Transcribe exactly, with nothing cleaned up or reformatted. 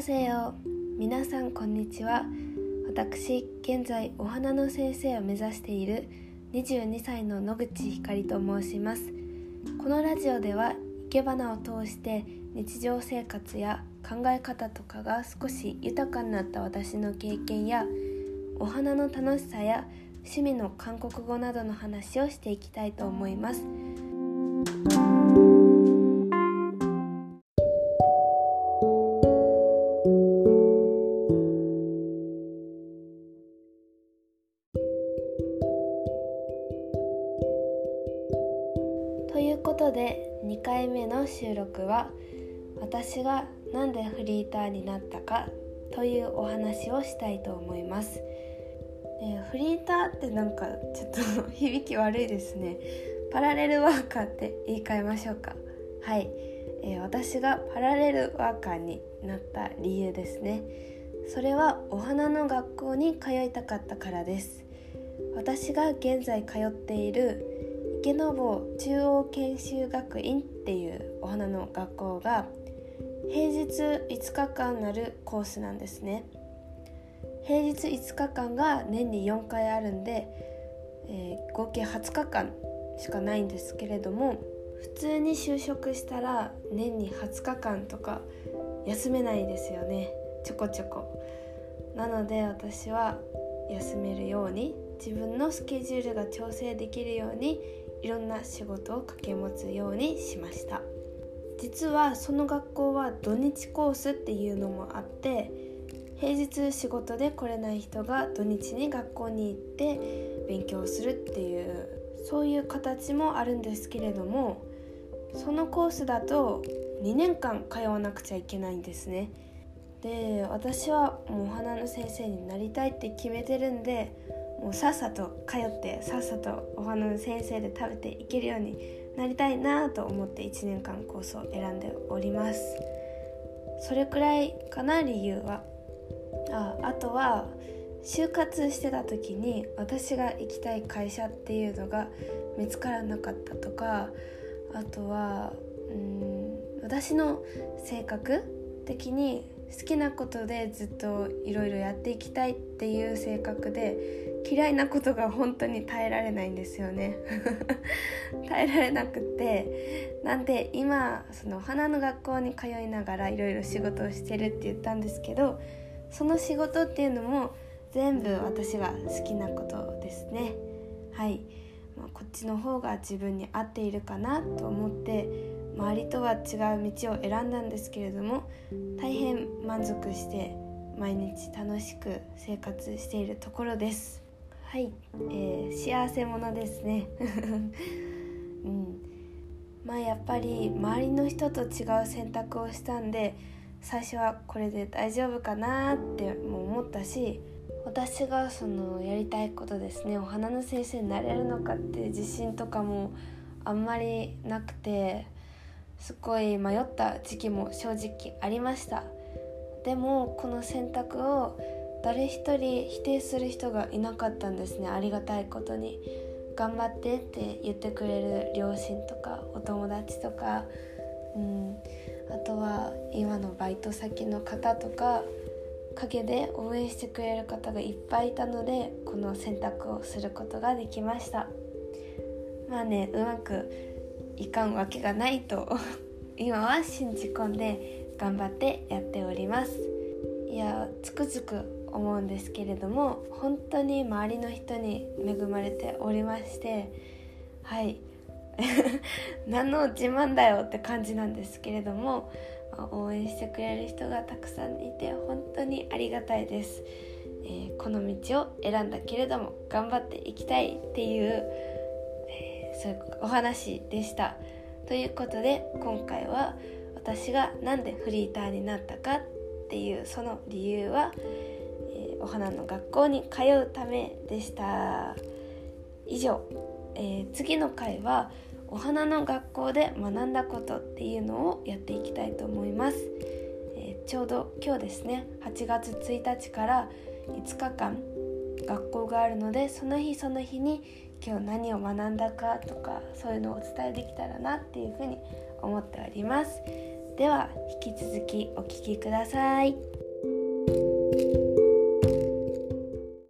せよ。皆さんこんにちは。私、現在お花の先生を目指しているにじゅうにさいの野口ひかりと申します。このラジオでは生け花を通して日常生活や考え方とかが少し豊かになった私の経験やお花の楽しさや趣味の韓国語などの話をしていきたいと思います。ということでにかいめの収録は私がなんでフリーターになったかというお話をしたいと思います。でフリーターってなんかちょっと響き悪いですね。パラレルワーカーって言い換えましょうか。はい、えー、私がパラレルワーカーになった理由ですね。それはお花の学校に通いたかったからです。私が現在通っている池坊中央研修学院っていうお花の学校が平日いつかかんなるコースなんですね。平日いつかかんが年によんかいあるんで、えー、合計はつかかんしかないんですけれども、普通に就職したら年にはつかかんとか休めないですよね。ちょこちょこ。なので私は休めるように自分のスケジュールが調整できるようにいろんな仕事を掛け持つようにしました。実はその学校は土日コースっていうのもあって、平日仕事で来れない人が土日に学校に行って勉強するっていうそういう形もあるんですけれども、そのコースだとにねんかん通わなくちゃいけないんですね。で私はもうお花の先生になりたいって決めてるんで、もうさっさと通ってさっさとお花の先生で食べていけるようになりたいなと思っていちねんかんコースを選んでおります。それくらいかな、理由は。あ, あとは就活してた時に私が行きたい会社っていうのが見つからなかったとか、あとはうーん私の性格的に好きなことでずっといろいろやっていきたいっていう性格で、嫌いなことが本当に耐えられないんですよね耐えられなくて、なんで今そのお花の学校に通いながらいろいろ仕事をしてるって言ったんですけど、その仕事っていうのも全部私が好きなことですね。はい、まあ、こっちの方が自分に合っているかなと思って周りとは違う道を選んだんですけれども、大変満足して毎日楽しく生活しているところです。はい、えー、幸せ者ですね、うん、まあやっぱり周りの人と違う選択をしたんで、最初はこれで大丈夫かなっても思ったし、私がそのやりたいことですね、お花の先生になれるのかって自信とかもあんまりなくて、すごい迷った時期も正直ありました。でもこの選択を誰一人否定する人がいなかったんですね。ありがたいことに。頑張ってって言ってくれる両親とかお友達とか、うん、あとは今のバイト先の方とか陰で応援してくれる方がいっぱいいたので、この選択をすることができました。まあね、うまくいかんわけがないと今は信じ込んで頑張ってやっております。いや、つくづく思うんですけれども、本当に周りの人に恵まれておりまして、はい何の自慢だよって感じなんですけれども、応援してくれる人がたくさんいて本当にありがたいです。えー、この道を選んだけれども頑張っていきたいっていう、えー、そういうお話でした。ということで今回は私がなんでフリーターになったかっていうその理由は、えー、お花の学校に通うためでした。以上、えー、次の回はお花の学校で学んだことっていうのをやっていきたいと思います。えー、ちょうど今日ですね、はちがつついたちからいつかかん学校があるので、その日その日に今日何を学んだかとかそういうのをお伝えできたらなっていうふうに思っております。では引き続きお聞きください。